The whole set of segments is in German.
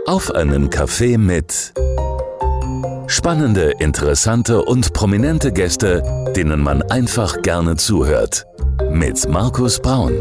Auf einen Kaffee mit. Spannende, interessante und prominente Gäste, denen man einfach gerne zuhört. Mit Markus Braun.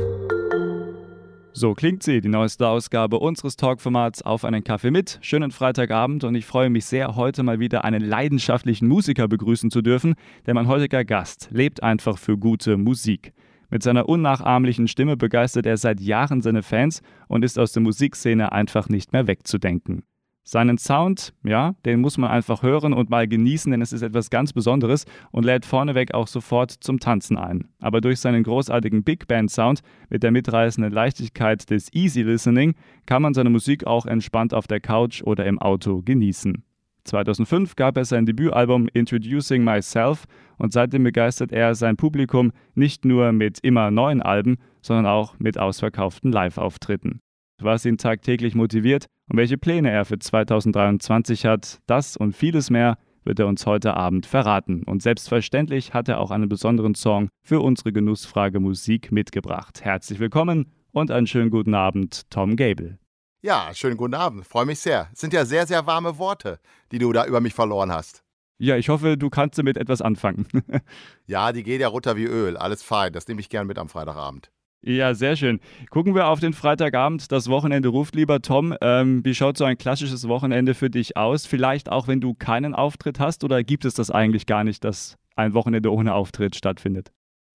So klingt sie, die neueste Ausgabe unseres Talkformats Auf einen Kaffee mit. Schönen Freitagabend und ich freue mich sehr, heute mal wieder einen leidenschaftlichen Musiker begrüßen zu dürfen, denn mein heutiger Gast lebt einfach für gute Musik. Mit seiner unnachahmlichen Stimme begeistert er seit Jahren seine Fans und ist aus der Musikszene einfach nicht mehr wegzudenken. Seinen Sound, ja, den muss man einfach hören und mal genießen, denn es ist etwas ganz Besonderes und lädt vorneweg auch sofort zum Tanzen ein. Aber durch seinen großartigen Big Band Sound mit der mitreißenden Leichtigkeit des Easy Listening kann man seine Musik auch entspannt auf der Couch oder im Auto genießen. 2005 gab er sein Debütalbum Introducing Myself und seitdem begeistert er sein Publikum nicht nur mit immer neuen Alben, sondern auch mit ausverkauften Live-Auftritten. Was ihn tagtäglich motiviert und welche Pläne er für 2023 hat, das und vieles mehr wird er uns heute Abend verraten. Und selbstverständlich hat er auch einen besonderen Song für unsere Genussfrage Musik mitgebracht. Herzlich willkommen und einen schönen guten Abend, Tom Gable. Ja, schönen guten Abend. Freue mich sehr. Es sind ja sehr, sehr warme Worte, die du da über mich verloren hast. Ja, ich hoffe, du kannst damit etwas anfangen. Ja, die geht ja runter wie Öl. Alles fein. Das nehme ich gern mit am Freitagabend. Ja, sehr schön. Gucken wir auf den Freitagabend. Das Wochenende ruft, lieber Tom. Wie schaut so ein klassisches Wochenende für dich aus? Vielleicht auch, wenn du keinen Auftritt hast, oder gibt es das eigentlich gar nicht, dass ein Wochenende ohne Auftritt stattfindet?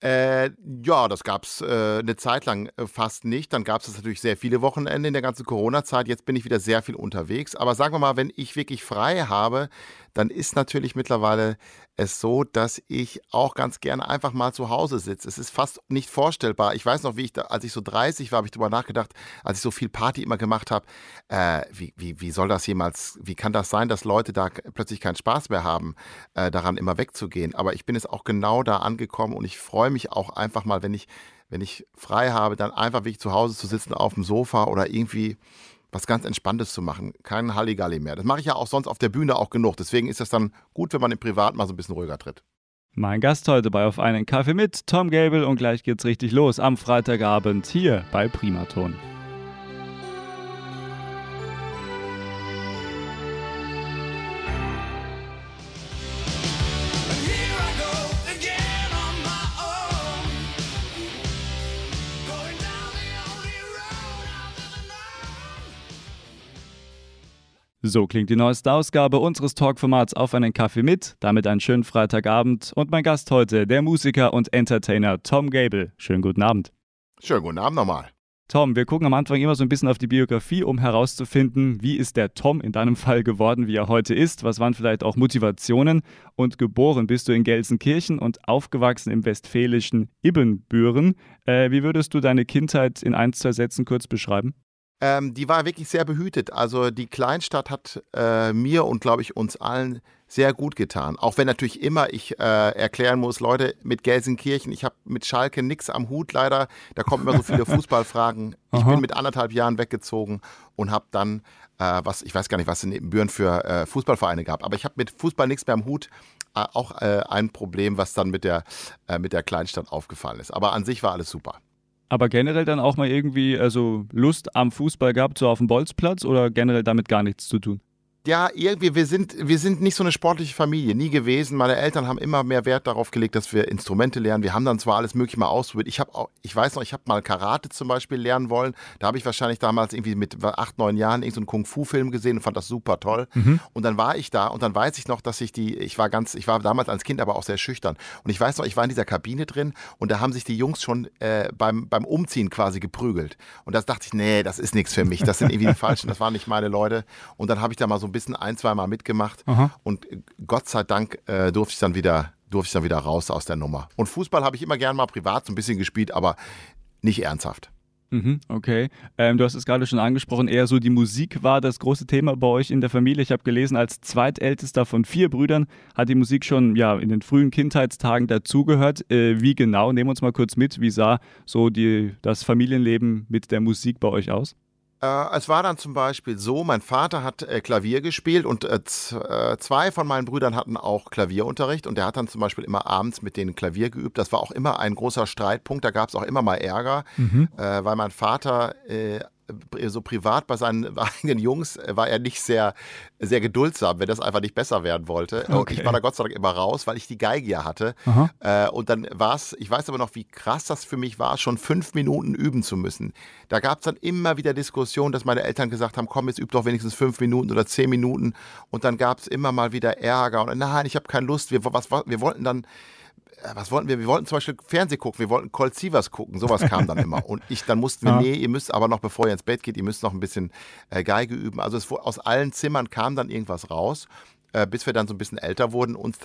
Ja, das gab's eine Zeit lang fast nicht. Dann gab es natürlich sehr viele Wochenende in der ganzen Corona-Zeit. Jetzt bin ich wieder sehr viel unterwegs. Aber sagen wir mal, wenn ich wirklich frei habe, dann ist natürlich mittlerweile es so, dass ich auch ganz gerne einfach mal zu Hause sitze. Es ist fast nicht vorstellbar. Ich weiß noch, als ich so 30 war, habe ich darüber nachgedacht, als ich so viel Party immer gemacht habe, wie soll das jemals, wie kann das sein, dass Leute da plötzlich keinen Spaß mehr haben, daran immer wegzugehen. Aber ich bin jetzt auch genau da angekommen und ich freue mich auch einfach mal, wenn ich frei habe, dann einfach wirklich zu Hause zu sitzen auf dem Sofa oder irgendwie was ganz Entspanntes zu machen. Kein Halligalli mehr. Das mache ich ja auch sonst auf der Bühne auch genug. Deswegen ist das dann gut, wenn man im Privat mal so ein bisschen ruhiger tritt. Mein Gast heute bei Auf einen Kaffee mit, Tom Gable, und gleich geht's richtig los am Freitagabend hier bei Primaton. So klingt die neueste Ausgabe unseres Talkformats Auf einen Kaffee mit. Damit einen schönen Freitagabend und mein Gast heute, der Musiker und Entertainer Tom Gable. Schönen guten Abend. Schönen guten Abend nochmal. Tom, wir gucken am Anfang immer so ein bisschen auf die Biografie, um herauszufinden, wie ist der Tom in deinem Fall geworden, wie er heute ist. Was waren vielleicht auch Motivationen? Und geboren bist du in Gelsenkirchen und aufgewachsen im westfälischen Ibbenbüren. Wie würdest du deine Kindheit in 1-2 Sätzen kurz beschreiben? Die war wirklich sehr behütet. Also die Kleinstadt hat mir und, glaube ich, uns allen sehr gut getan. Auch wenn natürlich immer ich erklären muss, Leute, mit Gelsenkirchen, ich habe mit Schalke nichts am Hut leider. Da kommen immer so viele Fußballfragen. Ich bin mit 1,5 Jahren weggezogen und habe dann, ich weiß gar nicht, was in Ibbenbüren für Fußballvereine gab, aber ich habe mit Fußball nichts mehr am Hut. Auch ein Problem, was dann mit der Kleinstadt aufgefallen ist. Aber an sich war alles super. Aber generell dann auch mal irgendwie Lust am Fußball gehabt, so auf dem Bolzplatz, oder generell damit gar nichts zu tun? Ja, irgendwie, wir sind nicht so eine sportliche Familie, nie gewesen. Meine Eltern haben immer mehr Wert darauf gelegt, dass wir Instrumente lernen. Wir haben dann zwar alles Mögliche mal ausprobiert. Ich weiß noch, ich habe mal Karate zum Beispiel lernen wollen. Da habe ich wahrscheinlich damals irgendwie mit 8, 9 Jahren irgendeinen so einen Kung-Fu-Film gesehen und fand das super toll. Und dann war ich da und dann weiß ich noch, dass ich war damals als Kind aber auch sehr schüchtern. Und ich weiß noch, ich war in dieser Kabine drin und da haben sich die Jungs schon beim Umziehen quasi geprügelt. Und das dachte ich, nee, das ist nichts für mich. Das sind irgendwie die Falschen, das waren nicht meine Leute. Und dann habe ich da mal so ein bisschen 1-2 Mal mitgemacht. Und Gott sei Dank durfte ich dann wieder raus aus der Nummer. Und Fußball habe ich immer gern mal privat so ein bisschen gespielt, aber nicht ernsthaft. Okay. Du hast es gerade schon angesprochen, eher so die Musik war das große Thema bei euch in der Familie. Ich habe gelesen, als zweitältester von 4 Brüdern hat die Musik schon in den frühen Kindheitstagen dazugehört. Wie genau? Nehmen wir uns mal kurz mit. Wie sah so das Familienleben mit der Musik bei euch aus? Es war dann zum Beispiel so, mein Vater hat Klavier gespielt und 2 von meinen Brüdern hatten auch Klavierunterricht und der hat dann zum Beispiel immer abends mit denen Klavier geübt. Das war auch immer ein großer Streitpunkt, da gab es auch immer mal Ärger, weil mein Vater so privat bei seinen eigenen Jungs war er nicht sehr, sehr geduldsam, wenn das einfach nicht besser werden wollte. Okay. Und ich war da Gott sei Dank immer raus, weil ich die Geige ja hatte. Und dann war es, ich weiß aber noch, wie krass das für mich war, schon 5 Minuten üben zu müssen. Da gab es dann immer wieder Diskussionen, dass meine Eltern gesagt haben, komm, jetzt üb doch wenigstens 5 Minuten oder 10 Minuten. Und dann gab es immer mal wieder Ärger. Und nein, ich habe keine Lust. Wir wollten dann... Was wollten wir? Wir wollten zum Beispiel Fernsehen gucken, wir wollten Colt Sievers gucken, sowas kam dann immer. Und dann mussten wir, nee, ihr müsst aber noch, bevor ihr ins Bett geht, ihr müsst noch ein bisschen Geige üben. Also aus allen Zimmern kam dann irgendwas raus, bis wir dann so ein bisschen älter wurden und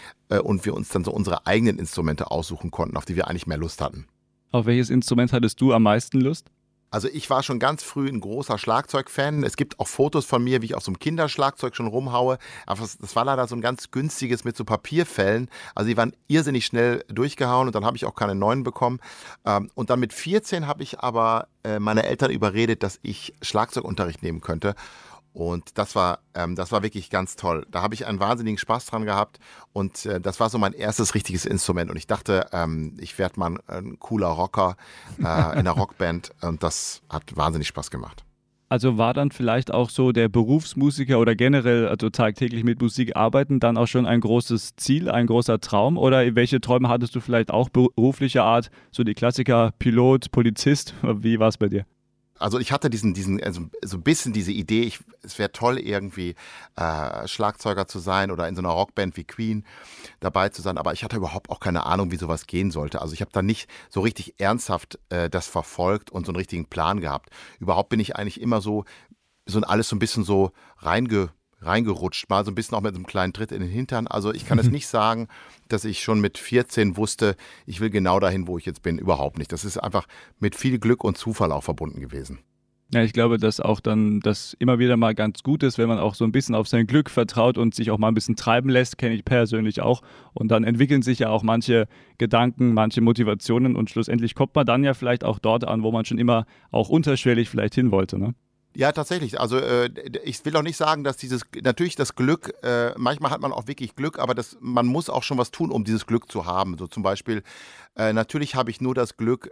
wir uns dann so unsere eigenen Instrumente aussuchen konnten, auf die wir eigentlich mehr Lust hatten. Auf welches Instrument hattest du am meisten Lust? Also ich war schon ganz früh ein großer Schlagzeugfan. Es gibt auch Fotos von mir, wie ich auf so einem Kinderschlagzeug schon rumhaue. Aber das war leider so ein ganz günstiges mit so Papierfällen. Also die waren irrsinnig schnell durchgehauen und dann habe ich auch keine neuen bekommen. Und dann mit 14 habe ich aber meine Eltern überredet, dass ich Schlagzeugunterricht nehmen könnte. Und das war wirklich ganz toll. Da habe ich einen wahnsinnigen Spaß dran gehabt und das war so mein erstes richtiges Instrument. Und ich dachte, ich werde mal ein cooler Rocker in einer Rockband und das hat wahnsinnig Spaß gemacht. Also war dann vielleicht auch so der Berufsmusiker oder generell, also tagtäglich mit Musik arbeiten, dann auch schon ein großes Ziel, ein großer Traum? Oder welche Träume hattest du vielleicht auch beruflicher Art? So die Klassiker, Pilot, Polizist, wie war es bei dir? Also ich hatte also so ein bisschen diese Idee, es wäre toll irgendwie Schlagzeuger zu sein oder in so einer Rockband wie Queen dabei zu sein, aber ich hatte überhaupt auch keine Ahnung, wie sowas gehen sollte. Also ich habe da nicht so richtig ernsthaft das verfolgt und so einen richtigen Plan gehabt. Überhaupt bin ich eigentlich immer so alles so ein bisschen so reingerutscht, mal so ein bisschen auch mit so einem kleinen Tritt in den Hintern. Also ich kann es nicht sagen, dass ich schon mit 14 wusste, ich will genau dahin, wo ich jetzt bin. Überhaupt nicht. Das ist einfach mit viel Glück und Zufall auch verbunden gewesen. Ja, ich glaube, dass auch dann das immer wieder mal ganz gut ist, wenn man auch so ein bisschen auf sein Glück vertraut und sich auch mal ein bisschen treiben lässt, kenne ich persönlich auch. Und dann entwickeln sich ja auch manche Gedanken, manche Motivationen und schlussendlich kommt man dann ja vielleicht auch dort an, wo man schon immer auch unterschwellig vielleicht hin wollte, ne? Ja, tatsächlich. Also ich will auch nicht sagen, dass natürlich das Glück, manchmal hat man auch wirklich Glück, aber man muss auch schon was tun, um dieses Glück zu haben. So zum Beispiel, natürlich habe ich nur das Glück,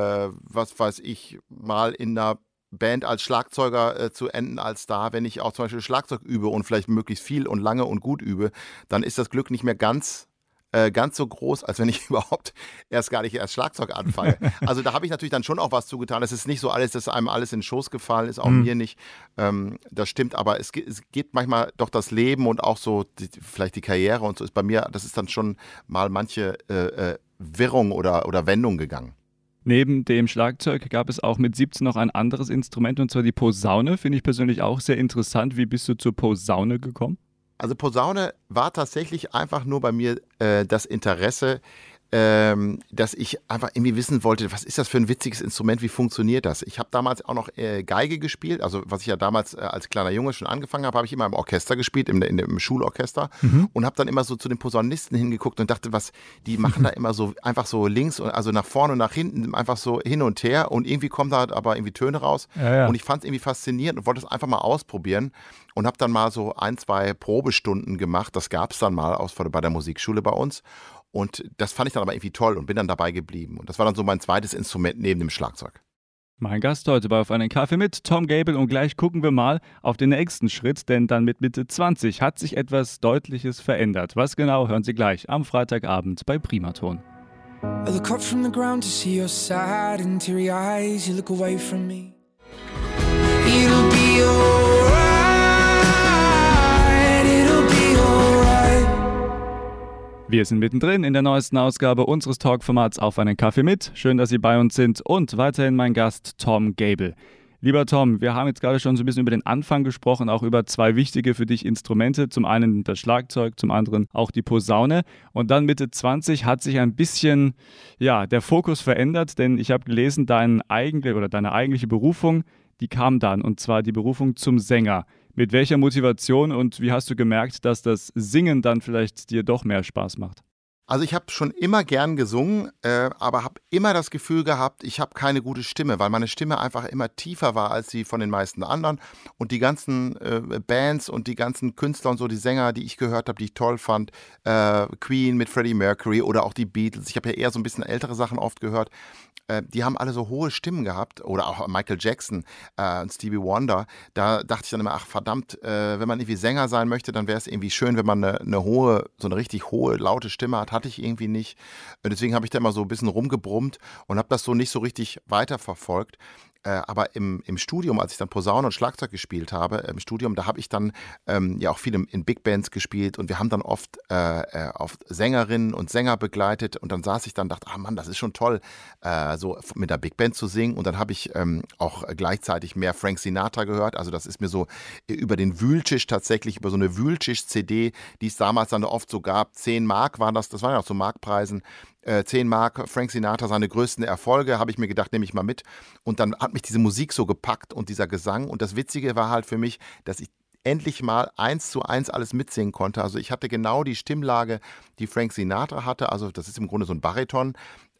was weiß ich, mal in einer Band als Schlagzeuger zu enden als Star. Wenn ich auch zum Beispiel Schlagzeug übe und vielleicht möglichst viel und lange und gut übe, dann ist das Glück nicht mehr ganz so groß, als wenn ich überhaupt gar nicht erst Schlagzeug anfange. Also da habe ich natürlich dann schon auch was zugetan. Es ist nicht so alles, dass einem alles in den Schoß gefallen ist, auch mir nicht. Das stimmt, aber es geht manchmal doch das Leben und auch so vielleicht die Karriere und so ist bei mir, das ist dann schon mal manche Wirrung oder Wendung gegangen. Neben dem Schlagzeug gab es auch mit 17 noch ein anderes Instrument und zwar die Posaune. Finde ich persönlich auch sehr interessant. Wie bist du zur Posaune gekommen? Also Posaune war tatsächlich einfach nur bei mir das Interesse, dass ich einfach irgendwie wissen wollte, was ist das für ein witziges Instrument, wie funktioniert das? Ich habe damals auch noch Geige gespielt, also was ich ja damals als kleiner Junge schon angefangen habe, habe ich immer im Orchester gespielt, im Schulorchester und habe dann immer so zu den Posaunisten hingeguckt und dachte, die machen da immer so einfach so links, also nach vorne und nach hinten, einfach so hin und her und irgendwie kommen da aber irgendwie Töne raus und ich fand es irgendwie faszinierend und wollte es einfach mal ausprobieren und habe dann mal so 1, 2 Probestunden gemacht, das gab es dann mal bei der Musikschule bei uns. Und das fand ich dann aber irgendwie toll und bin dann dabei geblieben. Und das war dann so mein zweites Instrument neben dem Schlagzeug. Mein Gast heute bei Auf einen Kaffee mit Tom Gable und gleich gucken wir mal auf den nächsten Schritt, denn dann mit Mitte 20 hat sich etwas Deutliches verändert. Was genau, hören Sie gleich am Freitagabend bei Primaton. I look up from the ground to see your sad and teary eyes. You look away from me. It'll be alright. It'll be alright. Wir sind mittendrin in der neuesten Ausgabe unseres Talkformats Auf einen Kaffee mit. Schön, dass Sie bei uns sind und weiterhin mein Gast Tom Gable. Lieber Tom, wir haben jetzt gerade schon so ein bisschen über den Anfang gesprochen, auch über 2 wichtige für dich Instrumente. Zum einen das Schlagzeug, zum anderen auch die Posaune. Und dann Mitte 20 hat sich ein bisschen der Fokus verändert, denn ich habe gelesen, deine eigentliche Berufung, die kam dann, und zwar die Berufung zum Sänger. Mit welcher Motivation und wie hast du gemerkt, dass das Singen dann vielleicht dir doch mehr Spaß macht? Also ich habe schon immer gern gesungen, aber habe immer das Gefühl gehabt, ich habe keine gute Stimme, weil meine Stimme einfach immer tiefer war als die von den meisten anderen. Und die ganzen Bands und die ganzen Künstler und so, die Sänger, die ich gehört habe, die ich toll fand, Queen mit Freddie Mercury oder auch die Beatles, ich habe ja eher so ein bisschen ältere Sachen oft gehört, die haben alle so hohe Stimmen gehabt oder auch Michael Jackson und Stevie Wonder. Da dachte ich dann immer, ach verdammt, wenn man irgendwie Sänger sein möchte, dann wäre es irgendwie schön, wenn man eine hohe, so eine richtig hohe, laute Stimme hat. Hatte ich irgendwie nicht. Deswegen habe ich da immer so ein bisschen rumgebrummt und habe das so nicht so richtig weiterverfolgt. Aber im Studium, als ich dann Posaune und Schlagzeug gespielt habe, im Studium, da habe ich dann ja auch viel in Big Bands gespielt und wir haben dann oft Sängerinnen und Sänger begleitet und dann saß ich dann und dachte, ah Mann, das ist schon toll, so mit der Big Band zu singen und dann habe ich auch gleichzeitig mehr Frank Sinatra gehört, also das ist mir so über den Wühltisch tatsächlich, über so eine Wühltisch-CD, die es damals dann oft so gab, 10 Mark waren das waren ja auch so Markpreisen, 10 Mark, Frank Sinatra, seine größten Erfolge, habe ich mir gedacht, nehme ich mal mit. Und dann hat mich diese Musik so gepackt und dieser Gesang. Und das Witzige war halt für mich, dass ich endlich mal 1:1 alles mitsingen konnte. Also ich hatte genau die Stimmlage, die Frank Sinatra hatte. Also das ist im Grunde so ein Bariton.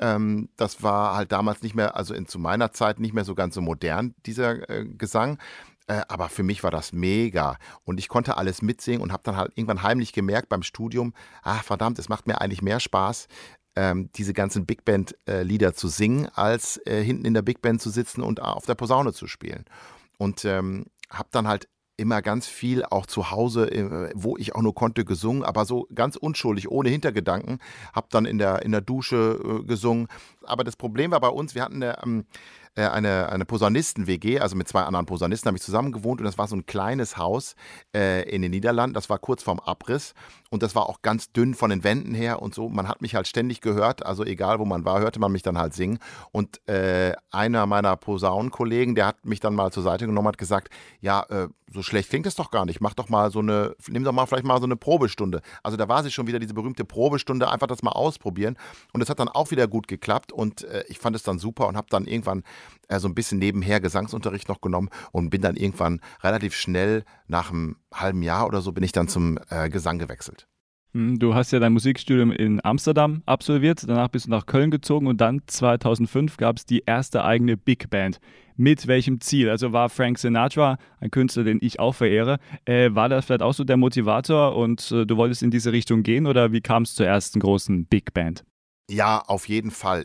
Das war halt damals nicht mehr, also zu meiner Zeit nicht mehr so ganz so modern, dieser Gesang. Aber für mich war das mega und ich konnte alles mitsingen und habe dann halt irgendwann heimlich gemerkt beim Studium, verdammt, es macht mir eigentlich mehr Spaß, diese ganzen Big Band-Lieder zu singen, als hinten in der Big Band zu sitzen und auf der Posaune zu spielen. Und habe dann halt immer ganz viel auch zu Hause, wo ich auch nur konnte, gesungen, aber so ganz unschuldig, ohne Hintergedanken. Habe dann in der Dusche gesungen. Aber das Problem war bei uns, wir hatten eine Posaunisten-WG, also mit 2 anderen Posaunisten habe ich zusammen gewohnt und das war so ein kleines Haus in den Niederlanden, das war kurz vorm Abriss und das war auch ganz dünn von den Wänden her und so, man hat mich halt ständig gehört, also egal wo man war, hörte man mich dann halt singen und einer meiner Posaunenkollegen, der hat mich dann mal zur Seite genommen, hat gesagt, ja, so schlecht klingt es doch gar nicht, nimm doch mal vielleicht mal so eine Probestunde, also da war sie schon wieder, diese berühmte Probestunde, einfach das mal ausprobieren und das hat dann auch wieder gut geklappt und ich fand es dann super und habe dann irgendwann so ein bisschen nebenher Gesangsunterricht noch genommen und bin dann irgendwann relativ schnell, nach einem halben Jahr oder so, bin ich dann zum Gesang gewechselt. Du hast ja dein Musikstudium in Amsterdam absolviert, danach bist du nach Köln gezogen und dann 2005 gab es die erste eigene Big Band. Mit welchem Ziel? Also war Frank Sinatra, ein Künstler, den ich auch verehre, war das vielleicht auch so der Motivator und du wolltest in diese Richtung gehen oder wie kam es zur ersten großen Big Band? Ja, auf jeden Fall.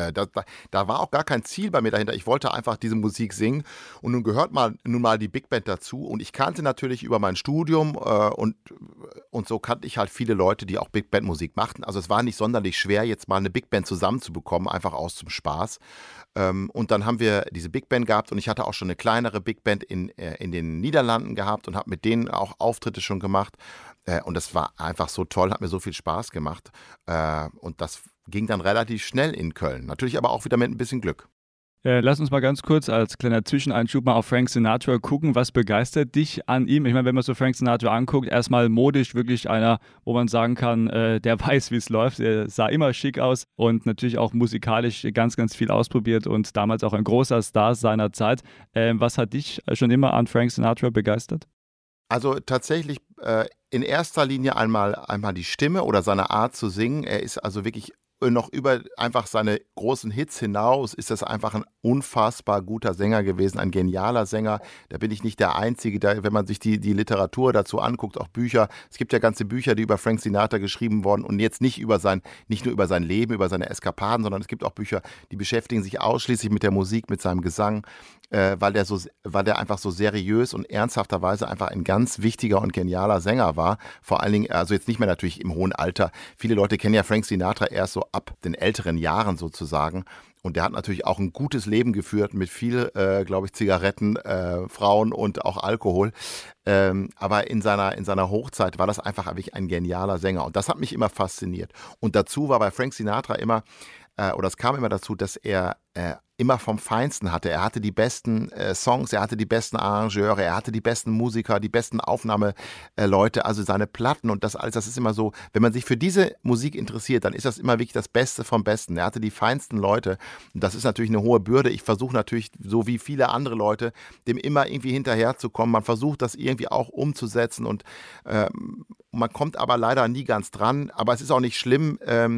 Da war auch gar kein Ziel bei mir dahinter. Ich wollte einfach diese Musik singen und nun gehört nun mal die Big Band dazu. Und ich kannte natürlich über mein Studium und so kannte ich halt viele Leute, die auch Big Band Musik machten. Also es war nicht sonderlich schwer, jetzt mal eine Big Band zusammenzubekommen, einfach aus zum Spaß. Und dann haben wir diese Big Band gehabt und ich hatte auch schon eine kleinere Big Band in den Niederlanden gehabt und habe mit denen auch Auftritte schon gemacht. Und das war einfach so toll, hat mir so viel Spaß gemacht. Und das ging dann relativ schnell in Köln. Natürlich aber auch wieder mit ein bisschen Glück. Lass uns mal ganz kurz als kleiner Zwischeneinschub mal auf Frank Sinatra gucken. Was begeistert dich an ihm? Ich meine, wenn man so Frank Sinatra anguckt, erstmal modisch wirklich einer, wo man sagen kann, der weiß, wie es läuft. Er sah immer schick aus und natürlich auch musikalisch ganz, ganz viel ausprobiert und damals auch ein großer Star seiner Zeit. Was hat dich schon immer an Frank Sinatra begeistert? Also tatsächlich in erster Linie einmal die Stimme oder seine Art zu singen. Er ist also wirklich noch über einfach seine großen Hits hinaus ist das einfach ein unfassbar guter Sänger gewesen, ein genialer Sänger. Da bin ich nicht der Einzige, wenn man sich die Literatur dazu anguckt, auch Bücher. Es gibt ja ganze Bücher, die über Frank Sinatra geschrieben wurden und jetzt nicht nur über sein Leben, über seine Eskapaden, sondern es gibt auch Bücher, die beschäftigen sich ausschließlich mit der Musik, mit seinem Gesang, weil der einfach so seriös und ernsthafterweise einfach ein ganz wichtiger und genialer Sänger war. Vor allen Dingen, also jetzt nicht mehr natürlich im hohen Alter. Viele Leute kennen ja Frank Sinatra erst so ab den älteren Jahren sozusagen. Und der hat natürlich auch ein gutes Leben geführt mit viel, glaube ich, Zigaretten, Frauen und auch Alkohol. Aber in seiner Hochzeit war das einfach wirklich ein genialer Sänger. Und das hat mich immer fasziniert. Und dazu war bei Frank Sinatra immer, oder es kam immer dazu, dass er immer vom Feinsten hatte. Er hatte die besten Songs, er hatte die besten Arrangeure, er hatte die besten Musiker, die besten Aufnahmeleute, also seine Platten und das alles, das ist immer so, wenn man sich für diese Musik interessiert, dann ist das immer wirklich das Beste vom Besten. Er hatte die feinsten Leute und das ist natürlich eine hohe Bürde. Ich versuche natürlich, so wie viele andere Leute, dem immer irgendwie hinterherzukommen. Man versucht das irgendwie auch umzusetzen und man kommt aber leider nie ganz dran, aber es ist auch nicht schlimm.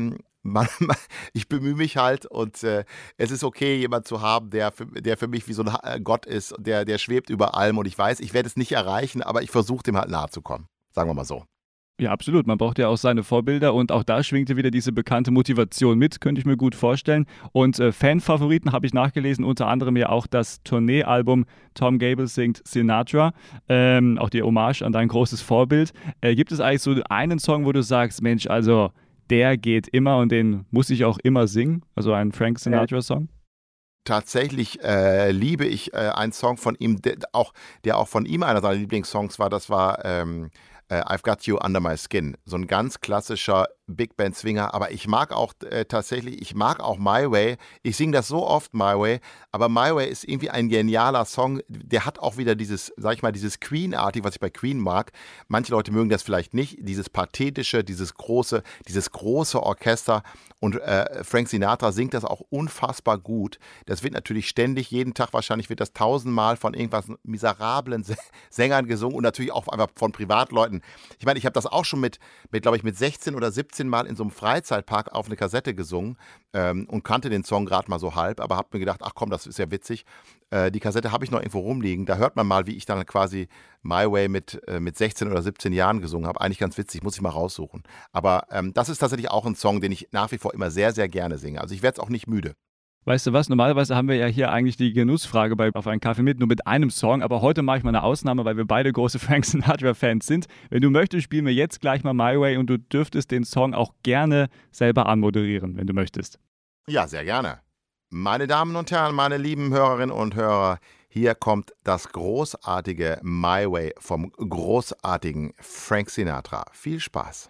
Ich bemühe mich halt und es ist okay, jemanden zu haben, der für mich wie so ein Gott ist, der schwebt über allem und ich weiß, ich werde es nicht erreichen, aber ich versuche dem halt nahe zu kommen, sagen wir mal so. Ja, absolut. Man braucht ja auch seine Vorbilder und auch da schwingte wieder diese bekannte Motivation mit, könnte ich mir gut vorstellen. Und Fanfavoriten habe ich nachgelesen, unter anderem ja auch das Tourneealbum Tom Gable singt Sinatra, auch die Hommage an dein großes Vorbild. Gibt es eigentlich so einen Song, wo du sagst, Mensch, also der geht immer und den muss ich auch immer singen? Also ein Frank Sinatra-Song? Tatsächlich liebe ich einen Song von ihm, der auch von ihm einer seiner Lieblingssongs war, das war I've Got You Under My Skin. So ein ganz klassischer Big Band Swinger, aber ich mag auch ich mag auch My Way. Ich singe das so oft, My Way, aber My Way ist irgendwie ein genialer Song. Der hat auch wieder dieses, sag ich mal, dieses Queen-artig, was ich bei Queen mag. Manche Leute mögen das vielleicht nicht, dieses pathetische, dieses große Orchester und Frank Sinatra singt das auch unfassbar gut. Das wird natürlich ständig, jeden Tag wahrscheinlich wird das 1000-mal von irgendwas miserablen Sängern gesungen und natürlich auch einfach von Privatleuten. Ich meine, ich habe das auch schon mit 16 oder 17 Mal in so einem Freizeitpark auf eine Kassette gesungen und kannte den Song gerade mal so halb, aber habe mir gedacht, ach komm, das ist ja witzig. Die Kassette habe ich noch irgendwo rumliegen. Da hört man mal, wie ich dann quasi My Way mit 16 oder 17 Jahren gesungen habe. Eigentlich ganz witzig, muss ich mal raussuchen. Aber das ist tatsächlich auch ein Song, den ich nach wie vor immer sehr, sehr gerne singe. Also ich werde es auch nicht müde. Weißt du was, normalerweise haben wir ja hier eigentlich die Genussfrage bei Auf einen Kaffee mit, nur mit einem Song, aber heute mache ich mal eine Ausnahme, weil wir beide große Frank Sinatra-Fans sind. Wenn du möchtest, spielen wir jetzt gleich mal My Way und du dürftest den Song auch gerne selber anmoderieren, wenn du möchtest. Ja, sehr gerne. Meine Damen und Herren, meine lieben Hörerinnen und Hörer, hier kommt das großartige My Way vom großartigen Frank Sinatra. Viel Spaß.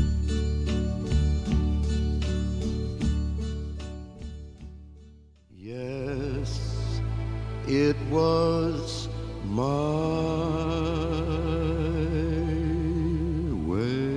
Yes, it was my way.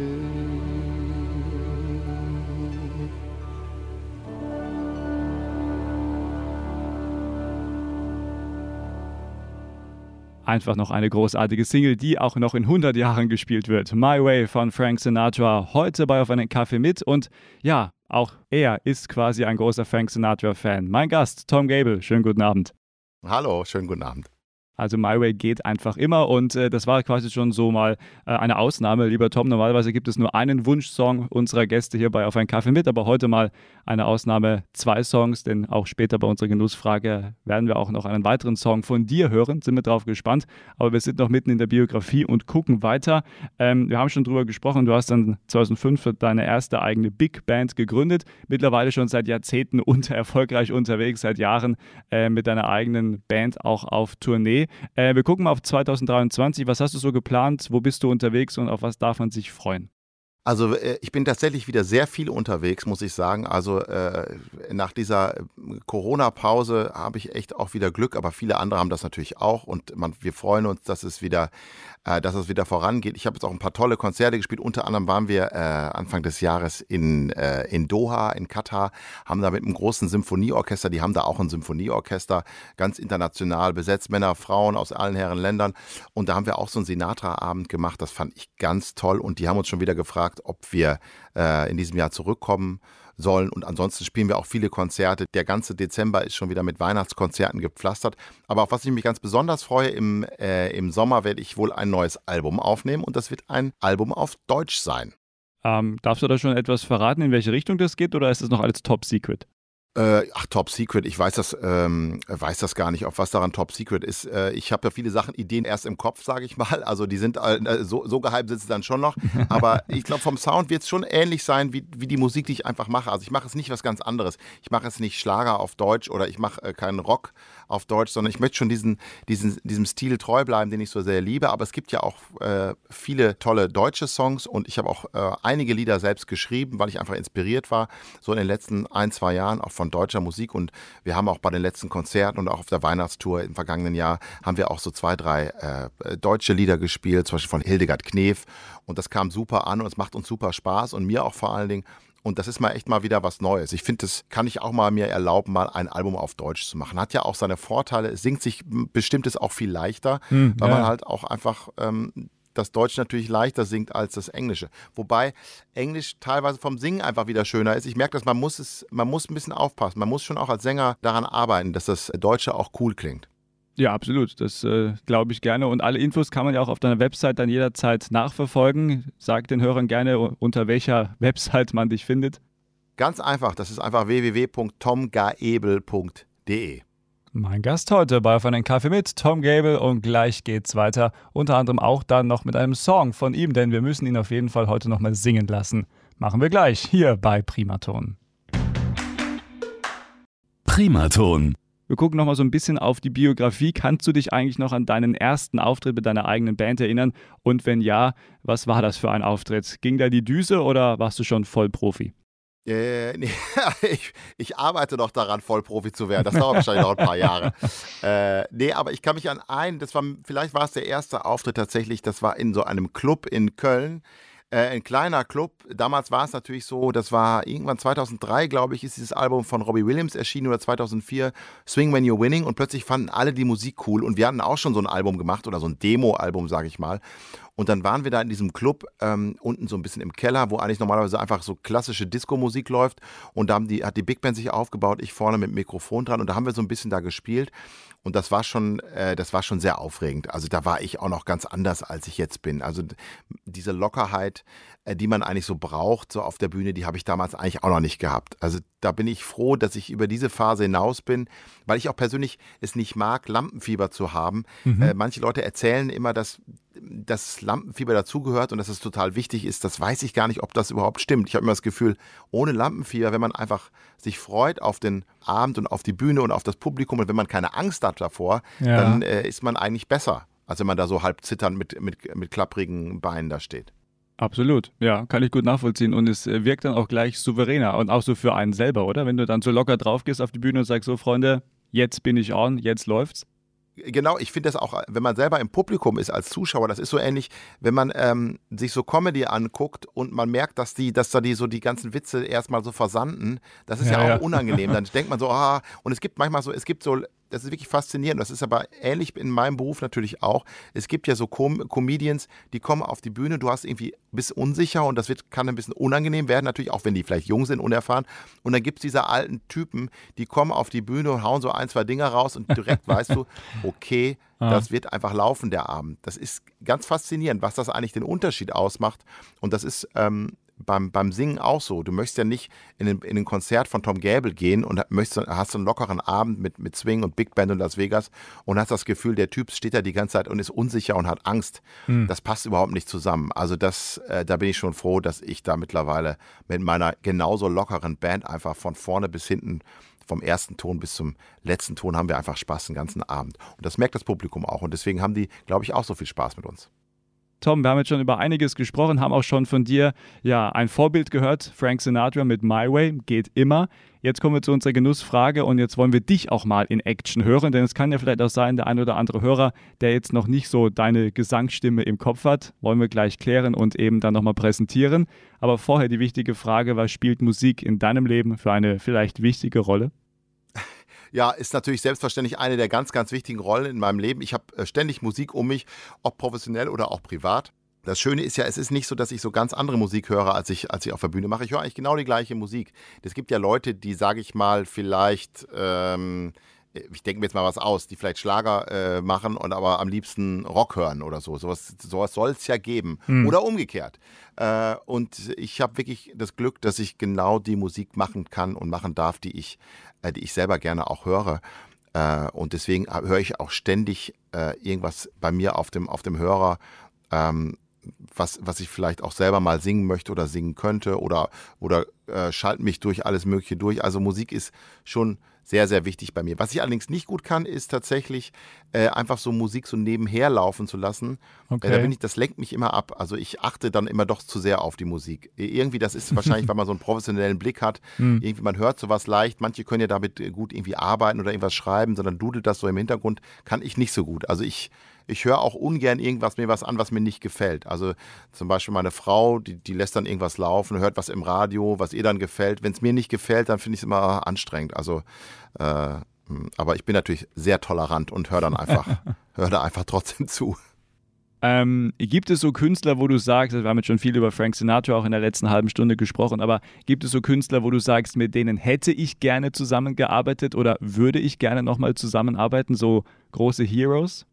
Einfach noch eine großartige Single, die auch noch in 100 Jahren gespielt wird. My Way von Frank Sinatra, heute bei Auf einen Kaffee mit und ja, auch er ist quasi ein großer Frank Sinatra-Fan. Mein Gast, Tom Gable, schönen guten Abend. Hallo, schönen guten Abend. Also My Way geht einfach immer und das war quasi schon so mal eine Ausnahme. Lieber Tom, normalerweise gibt es nur einen Wunschsong unserer Gäste hier bei Auf einen Kaffee mit, aber heute mal eine Ausnahme, 2 Songs, denn auch später bei unserer Genussfrage werden wir auch noch einen weiteren Song von dir hören, sind wir drauf gespannt, aber wir sind noch mitten in der Biografie und gucken weiter. Wir haben schon drüber gesprochen, du hast dann 2005 deine erste eigene Big Band gegründet, mittlerweile schon seit Jahrzehnten erfolgreich unterwegs, seit Jahren mit deiner eigenen Band auch auf Tournee. Wir gucken mal auf 2023. Was hast du so geplant? Wo bist du unterwegs und auf was darf man sich freuen? Also ich bin tatsächlich wieder sehr viel unterwegs, muss ich sagen. Also nach dieser Corona-Pause habe ich echt auch wieder Glück, aber viele andere haben das natürlich auch und wir freuen uns, dass es wieder vorangeht. Ich habe jetzt auch ein paar tolle Konzerte gespielt. Unter anderem waren wir Anfang des Jahres in Doha, in Katar, haben da mit einem großen Symphonieorchester, die haben da auch ein Symphonieorchester, ganz international besetzt, Männer, Frauen aus allen Herren Ländern. Und da haben wir auch so einen Sinatra-Abend gemacht. Das fand ich ganz toll und die haben uns schon wieder gefragt, ob wir in diesem Jahr zurückkommen sollen. Und ansonsten spielen wir auch viele Konzerte. Der ganze Dezember ist schon wieder mit Weihnachtskonzerten gepflastert. Aber auf was ich mich ganz besonders freue, im Sommer werde ich wohl ein neues Album aufnehmen und das wird ein Album auf Deutsch sein. Darfst du da schon etwas verraten, in welche Richtung das geht oder ist es noch alles Top Secret? Top Secret, ich weiß das gar nicht, auf was daran Top Secret ist. Ich habe ja viele Ideen erst im Kopf, sage ich mal. Also die sind so geheim sind sie dann schon noch. Aber ich glaube, vom Sound wird es schon ähnlich sein wie die Musik, die ich einfach mache. Also ich mache jetzt nicht was ganz anderes. Ich mache jetzt nicht Schlager auf Deutsch oder ich mache keinen Rock auf Deutsch, sondern ich möchte schon diesem Stil treu bleiben, den ich so sehr liebe. Aber es gibt ja auch viele tolle deutsche Songs und ich habe auch einige Lieder selbst geschrieben, weil ich einfach inspiriert war, so in den letzten 1-2 Jahren, auch von von deutscher Musik und wir haben auch bei den letzten Konzerten und auch auf der Weihnachtstour im vergangenen Jahr haben wir auch so 2, 3 deutsche Lieder gespielt, zum Beispiel von Hildegard Knef und das kam super an und es macht uns super Spaß und mir auch vor allen Dingen. Und das ist mal echt mal wieder was Neues. Ich finde, das kann ich auch mal mir erlauben, mal ein Album auf Deutsch zu machen. Hat ja auch seine Vorteile. Es singt sich bestimmtes auch viel leichter, weil man halt auch einfach das Deutsch natürlich leichter singt als das Englische. Wobei Englisch teilweise vom Singen einfach wieder schöner ist. Ich merke, dass man muss ein bisschen aufpassen. Man muss schon auch als Sänger daran arbeiten, dass das Deutsche auch cool klingt. Ja, absolut. Das glaube ich gerne. Und alle Infos kann man ja auch auf deiner Website dann jederzeit nachverfolgen. Sag den Hörern gerne, unter welcher Website man dich findet. Ganz einfach. Das ist einfach www.tomgaebel.de. Mein Gast heute bei Auf einen Kaffee mit Tom Gaebel und gleich geht's weiter. Unter anderem auch dann noch mit einem Song von ihm, denn wir müssen ihn auf jeden Fall heute nochmal singen lassen. Machen wir gleich hier bei Primaton. Primaton. Wir gucken nochmal so ein bisschen auf die Biografie. Kannst du dich eigentlich noch an deinen ersten Auftritt mit deiner eigenen Band erinnern? Und wenn ja, was war das für ein Auftritt? Ging da die Düse oder warst du schon Vollprofi? Nee, ich arbeite noch daran, Vollprofi zu werden. Das dauert wahrscheinlich noch ein paar Jahre. Nee, aber ich kann mich an vielleicht war es der erste Auftritt tatsächlich, das war in so einem Club in Köln. Ein kleiner Club. Damals war es natürlich so, das war irgendwann 2003, glaube ich, ist dieses Album von Robbie Williams erschienen oder 2004, Swing When You're Winning und plötzlich fanden alle die Musik cool und wir hatten auch schon so ein Album gemacht oder so ein Demo-Album, sage ich mal. Und dann waren wir da in diesem Club unten so ein bisschen im Keller, wo eigentlich normalerweise einfach so klassische Disco-Musik läuft und da hat die Big Band sich aufgebaut, ich vorne mit dem Mikrofon dran und da haben wir so ein bisschen da gespielt. Und das war schon sehr aufregend. Also da war ich auch noch ganz anders, als ich jetzt bin. Also diese Lockerheit, die man eigentlich so braucht, so auf der Bühne, die habe ich damals eigentlich auch noch nicht gehabt. Also da bin ich froh, dass ich über diese Phase hinaus bin, weil ich auch persönlich es nicht mag, Lampenfieber zu haben. Manche Leute erzählen immer, dass das Lampenfieber dazugehört und dass es total wichtig ist. Das weiß ich gar nicht, ob das überhaupt stimmt. Ich habe immer das Gefühl, ohne Lampenfieber, wenn man einfach sich freut auf den Abend und auf die Bühne und auf das Publikum und wenn man keine Angst hat davor, dann ist man eigentlich besser, als wenn man da so halb zitternd mit klapprigen Beinen da steht. Absolut, ja, kann ich gut nachvollziehen und es wirkt dann auch gleich souveräner und auch so für einen selber, oder? Wenn du dann so locker drauf gehst auf die Bühne und sagst, so Freunde, jetzt bin ich on, jetzt läuft's. Genau, ich finde das auch, wenn man selber im Publikum ist als Zuschauer, das ist so ähnlich, wenn man sich so Comedy anguckt und man merkt, dass da die ganzen Witze erstmal so versanden, das ist ja auch unangenehm. Dann denkt man so, und es gibt manchmal so, das ist wirklich faszinierend, das ist aber ähnlich in meinem Beruf natürlich auch. Es gibt ja so Comedians, die kommen auf die Bühne, du bist unsicher und kann ein bisschen unangenehm werden, natürlich auch wenn die vielleicht jung sind, unerfahren. Und dann gibt es diese alten Typen, die kommen auf die Bühne und hauen so 1, 2 Dinger raus und direkt weißt du, okay, das wird einfach laufen, der Abend. Das ist ganz faszinierend, was das eigentlich den Unterschied ausmacht. Und das ist beim Singen auch so. Du möchtest ja nicht in ein Konzert von Tom Gaebel gehen und hast so einen lockeren Abend mit Swing und Big Band in Las Vegas und hast das Gefühl, der Typ steht da die ganze Zeit und ist unsicher und hat Angst. Das passt überhaupt nicht zusammen. Also da bin ich schon froh, dass ich da mittlerweile mit meiner genauso lockeren Band einfach von vorne bis hinten, vom ersten Ton bis zum letzten Ton haben wir einfach Spaß den ganzen Abend. Und das merkt das Publikum auch. Und deswegen haben die, glaube ich, auch so viel Spaß mit uns. Tom, wir haben jetzt schon über einiges gesprochen, haben auch schon von dir ein Vorbild gehört. Frank Sinatra mit My Way, geht immer. Jetzt kommen wir zu unserer Genussfrage und jetzt wollen wir dich auch mal in Action hören, denn es kann ja vielleicht auch sein, der ein oder andere Hörer, der jetzt noch nicht so deine Gesangsstimme im Kopf hat, wollen wir gleich klären und eben dann nochmal präsentieren. Aber vorher die wichtige Frage, was spielt Musik in deinem Leben für eine vielleicht wichtige Rolle? Ja, ist natürlich selbstverständlich eine der ganz, ganz wichtigen Rollen in meinem Leben. Ich habe ständig Musik um mich, ob professionell oder auch privat. Das Schöne ist ja, es ist nicht so, dass ich so ganz andere Musik höre, als ich auf der Bühne mache. Ich höre eigentlich genau die gleiche Musik. Es gibt ja Leute, die, sage ich mal, vielleicht, ich denke mir jetzt mal was aus, die vielleicht Schlager machen und aber am liebsten Rock hören oder so. Sowas soll es ja geben. Oder umgekehrt. Und ich habe wirklich das Glück, dass ich genau die Musik machen kann und machen darf, die ich selber gerne auch höre. Und deswegen höre ich auch ständig irgendwas bei mir auf dem Hörer, was ich vielleicht auch selber mal singen möchte oder singen könnte oder schalte mich durch alles Mögliche durch. Also Musik ist schon sehr, sehr wichtig bei mir. Was ich allerdings nicht gut kann, ist tatsächlich einfach so Musik so nebenher laufen zu lassen. Okay. Das lenkt mich immer ab. Also ich achte dann immer doch zu sehr auf die Musik. Irgendwie, das ist wahrscheinlich, weil man so einen professionellen Blick hat. Irgendwie, man hört sowas leicht. Manche können ja damit gut irgendwie arbeiten oder irgendwas schreiben, sondern dudelt das so im Hintergrund. Kann ich nicht so gut. Also ich höre auch ungern mir was an, was mir nicht gefällt. Also zum Beispiel meine Frau, die lässt dann irgendwas laufen, hört was im Radio, was ihr dann gefällt. Wenn es mir nicht gefällt, dann finde ich es immer anstrengend. Also, aber ich bin natürlich sehr tolerant und höre da einfach trotzdem zu. Gibt es so Künstler, wo du sagst, wir haben jetzt schon viel über Frank Sinatra auch in der letzten halben Stunde gesprochen, aber gibt es so Künstler, wo du sagst, mit denen hätte ich gerne zusammengearbeitet oder würde ich gerne nochmal zusammenarbeiten, so große Heroes?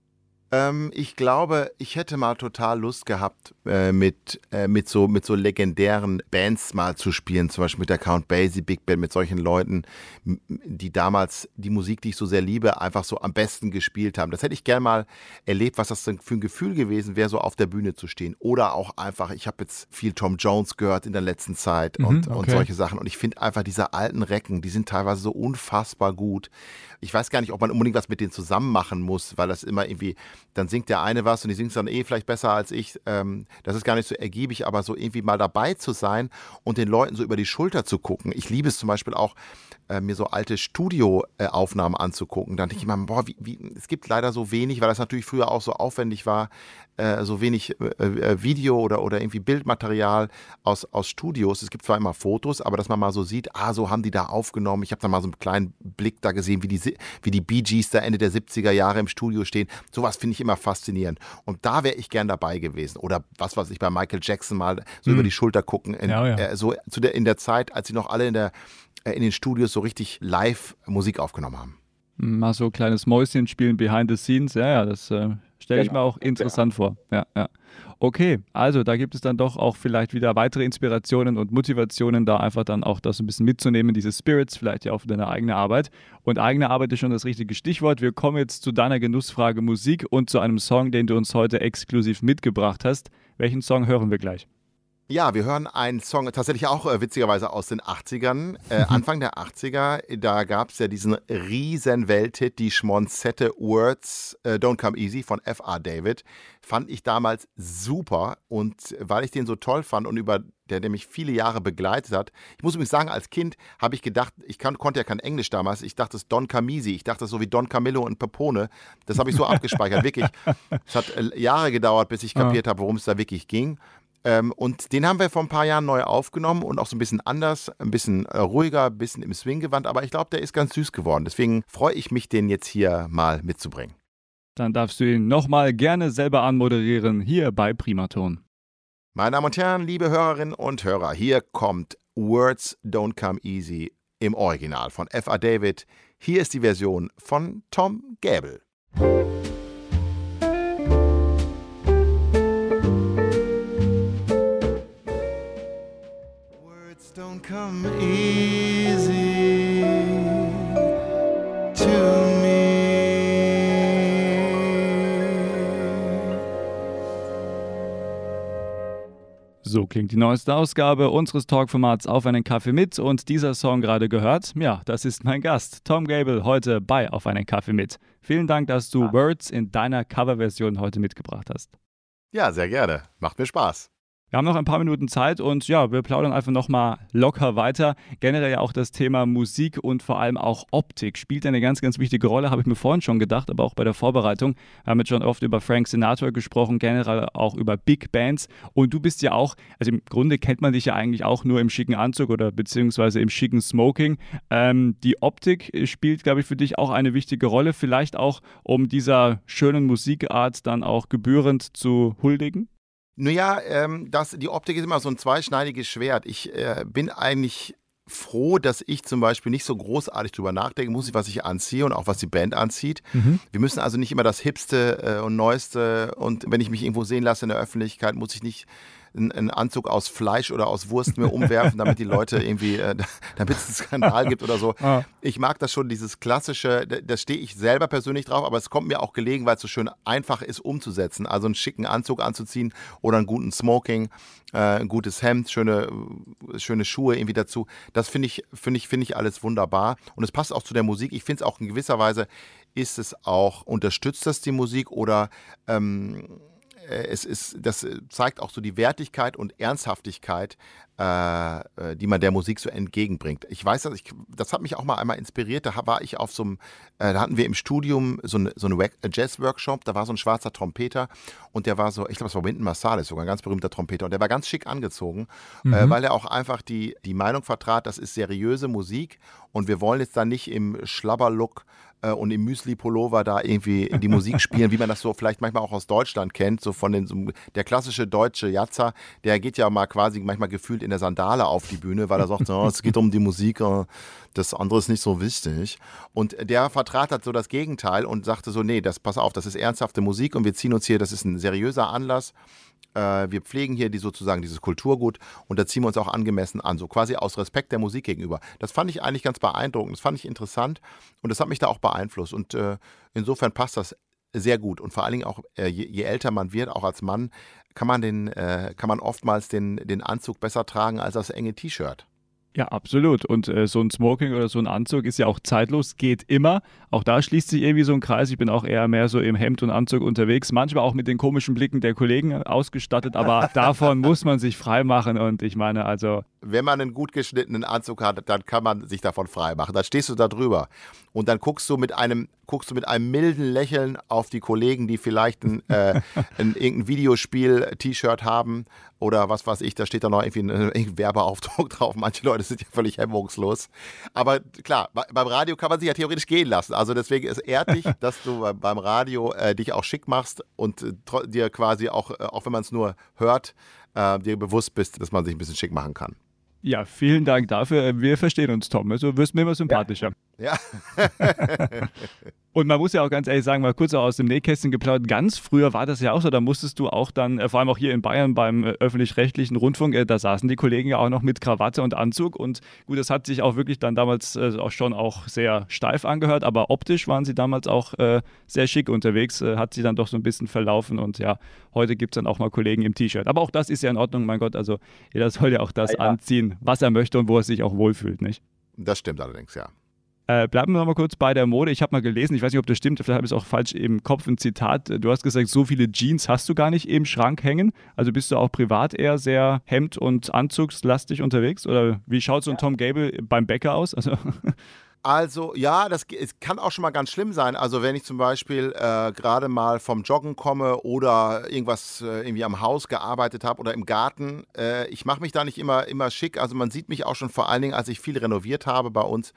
Ich glaube, ich hätte mal total Lust gehabt, mit so legendären Bands mal zu spielen, zum Beispiel mit der Count Basie Big Band, mit solchen Leuten, die damals die Musik, die ich so sehr liebe, einfach so am besten gespielt haben. Das hätte ich gerne mal erlebt, was das denn für ein Gefühl gewesen wäre, so auf der Bühne zu stehen. Oder auch einfach, ich habe jetzt viel Tom Jones gehört in der letzten Zeit und solche Sachen. Und ich finde einfach diese alten Recken, die sind teilweise so unfassbar gut. Ich weiß gar nicht, ob man unbedingt was mit denen zusammen machen muss, weil das immer irgendwie, dann singt der eine was und die singt es dann vielleicht besser als ich. Das ist gar nicht so ergiebig, aber so irgendwie mal dabei zu sein und den Leuten so über die Schulter zu gucken. Ich liebe es zum Beispiel auch, mir so alte Studioaufnahmen anzugucken. Dann denke ich immer, es gibt leider so wenig, weil das natürlich früher auch so aufwendig war, so wenig Video oder irgendwie Bildmaterial aus Studios. Es gibt zwar immer Fotos, aber dass man mal so sieht, so haben die da aufgenommen. Ich habe da mal so einen kleinen Blick da gesehen, wie die Bee Gees da Ende der 70er Jahre im Studio stehen. Sowas finde ich immer faszinierend. Und da wäre ich gern dabei gewesen. Oder was weiß ich, bei Michael Jackson mal so über die Schulter gucken. In der Zeit, als sie noch alle in den Studios so richtig live Musik aufgenommen haben. Mal so ein kleines Mäuschen spielen behind the scenes, ja, das stelle ich mir auch interessant vor. Ja. Okay, also da gibt es dann doch auch vielleicht wieder weitere Inspirationen und Motivationen, da einfach dann auch das ein bisschen mitzunehmen, diese Spirits, vielleicht ja auch für deine eigene Arbeit. Und eigene Arbeit ist schon das richtige Stichwort. Wir kommen jetzt zu deiner Genussfrage Musik und zu einem Song, den du uns heute exklusiv mitgebracht hast. Welchen Song hören wir gleich? Ja, wir hören einen Song, tatsächlich auch witzigerweise aus den 80ern. Anfang der 80er, da gab es ja diesen riesen Welthit, die Schmonzette Words Don't Come Easy von F.R. David. Fand ich damals super und weil ich den so toll fand und der mich viele Jahre begleitet hat. Ich muss übrigens sagen, als Kind habe ich gedacht, konnte ja kein Englisch damals, ich dachte es Don Camisi, ich dachte es so wie Don Camillo und Pepone. Das habe ich so abgespeichert, wirklich. Es hat Jahre gedauert, bis ich kapiert habe, worum es da wirklich ging. Und den haben wir vor ein paar Jahren neu aufgenommen und auch so ein bisschen anders, ein bisschen ruhiger, ein bisschen im Swing-Gewand, aber ich glaube, der ist ganz süß geworden. Deswegen freue ich mich, den jetzt hier mal mitzubringen. Dann darfst du ihn nochmal gerne selber anmoderieren, hier bei Primaton. Meine Damen und Herren, liebe Hörerinnen und Hörer, hier kommt Words Don't Come Easy im Original von F.R. David. Hier ist die Version von Tom Gäbel. Don't come easy to me. So klingt die neueste Ausgabe unseres Talkformats Auf einen Kaffee mit und dieser Song gerade gehört, ja, das ist mein Gast, Tom Gäbel, heute bei Auf einen Kaffee mit. Vielen Dank, dass du Words in deiner Coverversion heute mitgebracht hast. Ja, sehr gerne. Macht mir Spaß. Wir haben noch ein paar Minuten Zeit und ja, wir plaudern einfach nochmal locker weiter. Generell ja auch das Thema Musik und vor allem auch Optik spielt eine ganz, ganz wichtige Rolle, habe ich mir vorhin schon gedacht, aber auch bei der Vorbereitung. Wir haben jetzt schon oft über Frank Sinatra gesprochen, generell auch über Big Bands und du bist ja auch, also im Grunde kennt man dich ja eigentlich auch nur im schicken Anzug oder beziehungsweise im schicken Smoking. Die Optik spielt, glaube ich, für dich auch eine wichtige Rolle, vielleicht auch, um dieser schönen Musikart dann auch gebührend zu huldigen? Naja, die Optik ist immer so ein zweischneidiges Schwert. Ich bin eigentlich froh, dass ich zum Beispiel nicht so großartig drüber nachdenken muss, was ich anziehe und auch was die Band anzieht. Wir müssen also nicht immer das Hipste und Neueste und wenn ich mich irgendwo sehen lasse in der Öffentlichkeit, muss ich nicht einen Anzug aus Fleisch oder aus Wurst mir umwerfen, damit die Leute irgendwie, damit es einen Skandal gibt oder so. Ich mag das schon, dieses klassische, da stehe ich selber persönlich drauf, aber es kommt mir auch gelegen, weil es so schön einfach ist umzusetzen. Also einen schicken Anzug anzuziehen oder einen guten Smoking, ein gutes Hemd, schöne Schuhe irgendwie dazu. Das finde ich alles wunderbar. Und es passt auch zu der Musik. Ich finde es auch in gewisser Weise, unterstützt das die Musik oder das zeigt auch so die Wertigkeit und Ernsthaftigkeit, die man der Musik so entgegenbringt. Ich weiß, das hat mich auch mal einmal inspiriert. Da war ich auf da hatten wir im Studium so einen Jazz-Workshop. Da war so ein schwarzer Trompeter und der war so, ich glaube, es war Wynton Marsalis, sogar ein ganz berühmter Trompeter. Und der war ganz schick angezogen, weil er auch einfach die Meinung vertrat, das ist seriöse Musik und wir wollen jetzt da nicht im Schlabberlook und im Müsli-Pullover da irgendwie die Musik spielen, wie man das so vielleicht manchmal auch aus Deutschland kennt, so der klassische deutsche Jatzer, der geht ja mal quasi manchmal gefühlt in der Sandale auf die Bühne, weil er sagt, es geht um die Musik, das andere ist nicht so wichtig. Und der vertrat hat so das Gegenteil und sagte so, nee, pass auf, das ist ernsthafte Musik und wir ziehen uns hier, das ist ein seriöser Anlass. Wir pflegen hier sozusagen dieses Kulturgut und da ziehen wir uns auch angemessen an, so quasi aus Respekt der Musik gegenüber. Das fand ich eigentlich ganz beeindruckend, das fand ich interessant und das hat mich da auch beeinflusst und insofern passt das sehr gut und vor allen Dingen auch, je älter man wird, auch als Mann, kann man oftmals den Anzug besser tragen als das enge T-Shirt. Ja, absolut. Und so ein Smoking oder so ein Anzug ist ja auch zeitlos, geht immer. Auch da schließt sich irgendwie so ein Kreis. Ich bin auch eher mehr so im Hemd und Anzug unterwegs. Manchmal auch mit den komischen Blicken der Kollegen ausgestattet. Aber davon muss man sich freimachen. Und ich meine, also... Wenn man einen gut geschnittenen Anzug hat, dann kann man sich davon freimachen. Dann stehst du da drüber. Und dann guckst du mit einem milden Lächeln auf die Kollegen, die vielleicht irgendein Videospiel-T-Shirt haben oder was weiß ich, da steht da noch irgendwie ein Werbeaufdruck drauf. Manche Leute sind ja völlig hemmungslos. Aber klar, beim Radio kann man sich ja theoretisch gehen lassen. Also deswegen ist es ehrt dich, dass du beim Radio dich auch schick machst und dir quasi auch wenn man es nur hört, dir bewusst bist, dass man sich ein bisschen schick machen kann. Ja, vielen Dank dafür. Wir verstehen uns, Tom. Also, du wirst mir immer sympathischer. Ja. Und man muss ja auch ganz ehrlich sagen, mal kurz auch aus dem Nähkästchen geplaudert, ganz früher war das ja auch so, da musstest du auch dann, vor allem auch hier in Bayern beim öffentlich-rechtlichen Rundfunk, da saßen die Kollegen ja auch noch mit Krawatte und Anzug und gut, das hat sich auch wirklich dann damals auch schon sehr steif angehört, aber optisch waren sie damals auch sehr schick unterwegs, hat sich dann doch so ein bisschen verlaufen und ja, heute gibt es dann auch mal Kollegen im T-Shirt. Aber auch das ist ja in Ordnung, mein Gott, also jeder soll ja auch das anziehen, was er möchte und wo er sich auch wohlfühlt, nicht? Das stimmt allerdings, ja. Bleiben wir noch mal kurz bei der Mode. Ich habe mal gelesen, ich weiß nicht, ob das stimmt, vielleicht habe ich es auch falsch im Kopf, ein Zitat. Du hast gesagt, so viele Jeans hast du gar nicht im Schrank hängen. Also bist du auch privat eher sehr hemd- und anzugslastig unterwegs? Oder wie schaut so ein Tom Gable beim Bäcker aus? Also ja, es kann auch schon mal ganz schlimm sein. Also wenn ich zum Beispiel gerade mal vom Joggen komme oder irgendwas irgendwie am Haus gearbeitet habe oder im Garten, ich mache mich da nicht immer schick. Also man sieht mich auch schon vor allen Dingen, als ich viel renoviert habe bei uns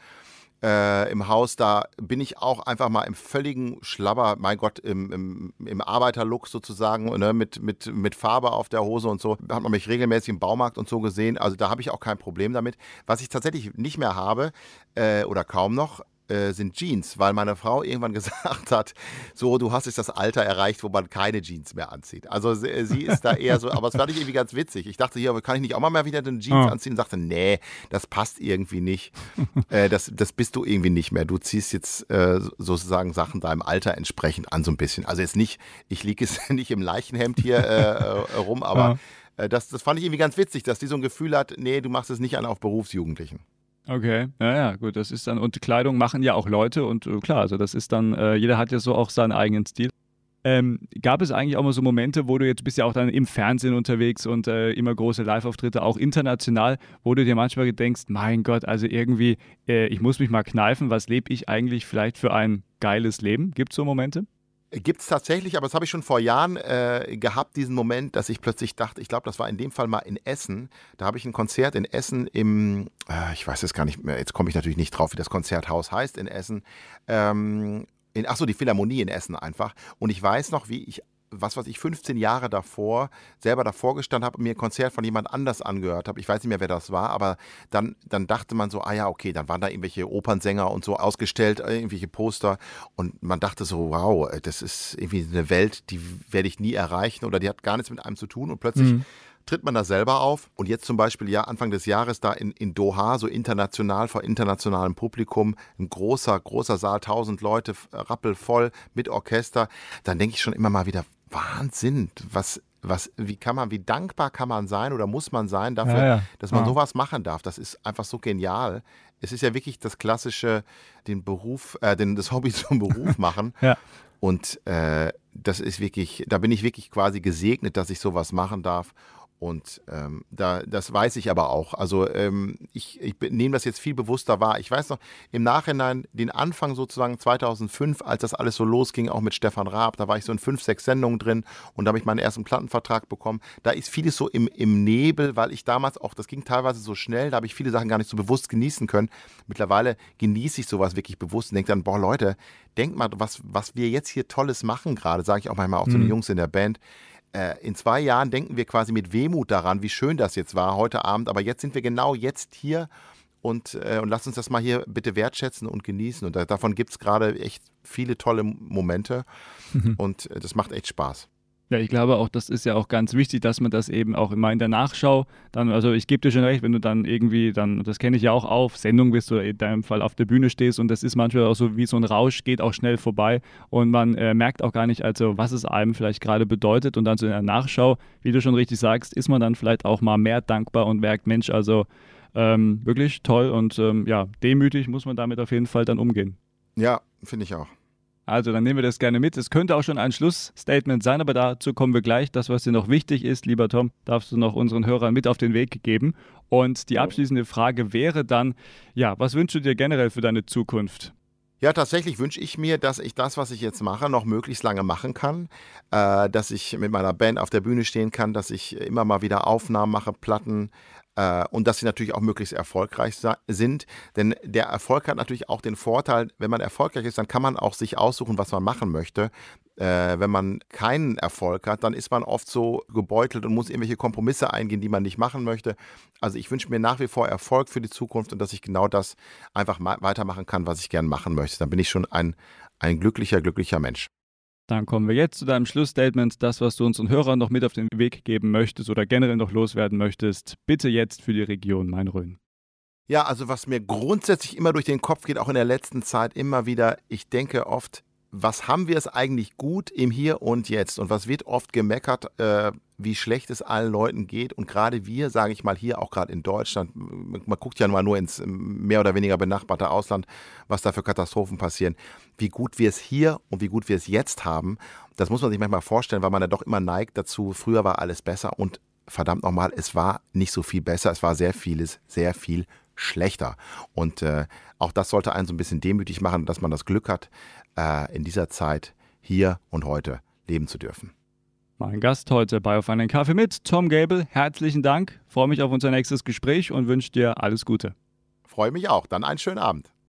im Haus, da bin ich auch einfach mal im völligen Schlabber, mein Gott, im Arbeiterlook sozusagen, ne, mit Farbe auf der Hose und so. Hat man mich regelmäßig im Baumarkt und so gesehen. Also da habe ich auch kein Problem damit. Was ich tatsächlich nicht mehr habe oder kaum noch, sind Jeans, weil meine Frau irgendwann gesagt hat, so, du hast jetzt das Alter erreicht, wo man keine Jeans mehr anzieht. Also sie ist da eher so, aber es fand ich irgendwie ganz witzig. Ich dachte, hier, kann ich nicht auch mal wieder den Jeans anziehen? Und sagte, nee, das passt irgendwie nicht. Das bist du irgendwie nicht mehr. Du ziehst jetzt sozusagen Sachen deinem Alter entsprechend an so ein bisschen. Also jetzt nicht, ich liege jetzt nicht im Leichenhemd hier rum, aber das fand ich irgendwie ganz witzig, dass die so ein Gefühl hat, nee, du machst es nicht an auf Berufsjugendlichen. Okay, naja, gut, das ist dann, und Kleidung machen ja auch Leute und klar, also das ist dann, jeder hat ja so auch seinen eigenen Stil. Gab es eigentlich auch mal so Momente, wo du jetzt bist ja auch dann im Fernsehen unterwegs und immer große Live-Auftritte, auch international, wo du dir manchmal denkst, mein Gott, also irgendwie, ich muss mich mal kneifen, was lebe ich eigentlich vielleicht für ein geiles Leben? Gibt es so Momente? Gibt es tatsächlich, aber das habe ich schon vor Jahren gehabt, diesen Moment, dass ich plötzlich dachte, ich glaube, das war in dem Fall mal in Essen. Da habe ich ein Konzert in Essen ich weiß jetzt gar nicht mehr, jetzt komme ich natürlich nicht drauf, wie das Konzerthaus heißt in Essen. Die Philharmonie in Essen einfach. Und ich weiß noch, wie ich 15 Jahre davor selber davor gestanden habe und mir ein Konzert von jemand anders angehört habe. Ich weiß nicht mehr, wer das war, aber dann dachte man so, okay, dann waren da irgendwelche Opernsänger und so ausgestellt, irgendwelche Poster und man dachte so, wow, das ist irgendwie eine Welt, die werde ich nie erreichen oder die hat gar nichts mit einem zu tun und plötzlich tritt man da selber auf. Und jetzt zum Beispiel ja Anfang des Jahres da in Doha, so international, vor internationalem Publikum, ein großer Saal, 1000 Leute, rappelvoll mit Orchester. Dann denke ich schon immer mal wieder, Wahnsinn, wie dankbar kann man sein oder muss man sein dafür, dass man sowas machen darf. Das ist einfach so genial. Es ist ja wirklich das klassische, das Hobby zum Beruf machen. Ja. Und das ist wirklich, da bin ich wirklich quasi gesegnet, dass ich sowas machen darf. Und das weiß ich aber auch. Also ich nehme das jetzt viel bewusster wahr. Ich weiß noch, im Nachhinein den Anfang sozusagen 2005, als das alles so losging, auch mit Stefan Raab, da war ich so in 5, 6 Sendungen drin und da habe ich meinen ersten Plattenvertrag bekommen. Da ist vieles so im Nebel, weil ich damals auch, das ging teilweise so schnell, da habe ich viele Sachen gar nicht so bewusst genießen können. Mittlerweile genieße ich sowas wirklich bewusst und denke dann, boah Leute, denkt mal, was wir jetzt hier Tolles machen gerade, sage ich auch manchmal auch zu den Jungs in der Band. In 2 Jahren denken wir quasi mit Wehmut daran, wie schön das jetzt war heute Abend. Aber jetzt sind wir genau jetzt hier und lasst uns das mal hier bitte wertschätzen und genießen. Und davon gibt es gerade echt viele tolle Momente und das macht echt Spaß. Ja, ich glaube auch, das ist ja auch ganz wichtig, dass man das eben auch immer in der Nachschau dann, also ich gebe dir schon recht, wenn du dann irgendwie dann, das kenne ich ja auch auf Sendung bist oder in deinem Fall auf der Bühne stehst und das ist manchmal auch so wie so ein Rausch, geht auch schnell vorbei und man merkt auch gar nicht, also was es einem vielleicht gerade bedeutet und dann so in der Nachschau, wie du schon richtig sagst, ist man dann vielleicht auch mal mehr dankbar und merkt, Mensch, also wirklich toll und demütig muss man damit auf jeden Fall dann umgehen. Ja, finde ich auch. Also, dann nehmen wir das gerne mit. Es könnte auch schon ein Schlussstatement sein, aber dazu kommen wir gleich. Das, was dir noch wichtig ist, lieber Tom, darfst du noch unseren Hörern mit auf den Weg geben. Und die abschließende Frage wäre dann, was wünschst du dir generell für deine Zukunft? Ja, tatsächlich wünsche ich mir, dass ich das, was ich jetzt mache, noch möglichst lange machen kann, dass ich mit meiner Band auf der Bühne stehen kann, dass ich immer mal wieder Aufnahmen mache, Platten, und dass sie natürlich auch möglichst erfolgreich sind. Denn der Erfolg hat natürlich auch den Vorteil, wenn man erfolgreich ist, dann kann man auch sich aussuchen, was man machen möchte. Wenn man keinen Erfolg hat, dann ist man oft so gebeutelt und muss irgendwelche Kompromisse eingehen, die man nicht machen möchte. Also ich wünsche mir nach wie vor Erfolg für die Zukunft und dass ich genau das einfach weitermachen kann, was ich gerne machen möchte. Dann bin ich schon ein glücklicher Mensch. Dann kommen wir jetzt zu deinem Schlussstatement. Das, was du unseren Hörern noch mit auf den Weg geben möchtest oder generell noch loswerden möchtest, bitte jetzt für die Region Main-Rhön. Ja, also was mir grundsätzlich immer durch den Kopf geht, auch in der letzten Zeit immer wieder, ich denke oft, was haben wir es eigentlich gut im Hier und Jetzt? Und was wird oft gemeckert, wie schlecht es allen Leuten geht? Und gerade wir, sage ich mal, hier auch gerade in Deutschland, man guckt ja nur ins mehr oder weniger benachbarte Ausland, was da für Katastrophen passieren. Wie gut wir es hier und wie gut wir es jetzt haben, das muss man sich manchmal vorstellen, weil man ja doch immer neigt dazu, früher war alles besser und verdammt nochmal, es war nicht so viel besser, es war sehr viel schlechter. Und auch das sollte einen so ein bisschen demütig machen, dass man das Glück hat, in dieser Zeit hier und heute leben zu dürfen. Mein Gast heute bei Auf einen Kaffee mit, Tom Gaebel. Herzlichen Dank, freue mich auf unser nächstes Gespräch und wünsche dir alles Gute. Freue mich auch. Dann einen schönen Abend.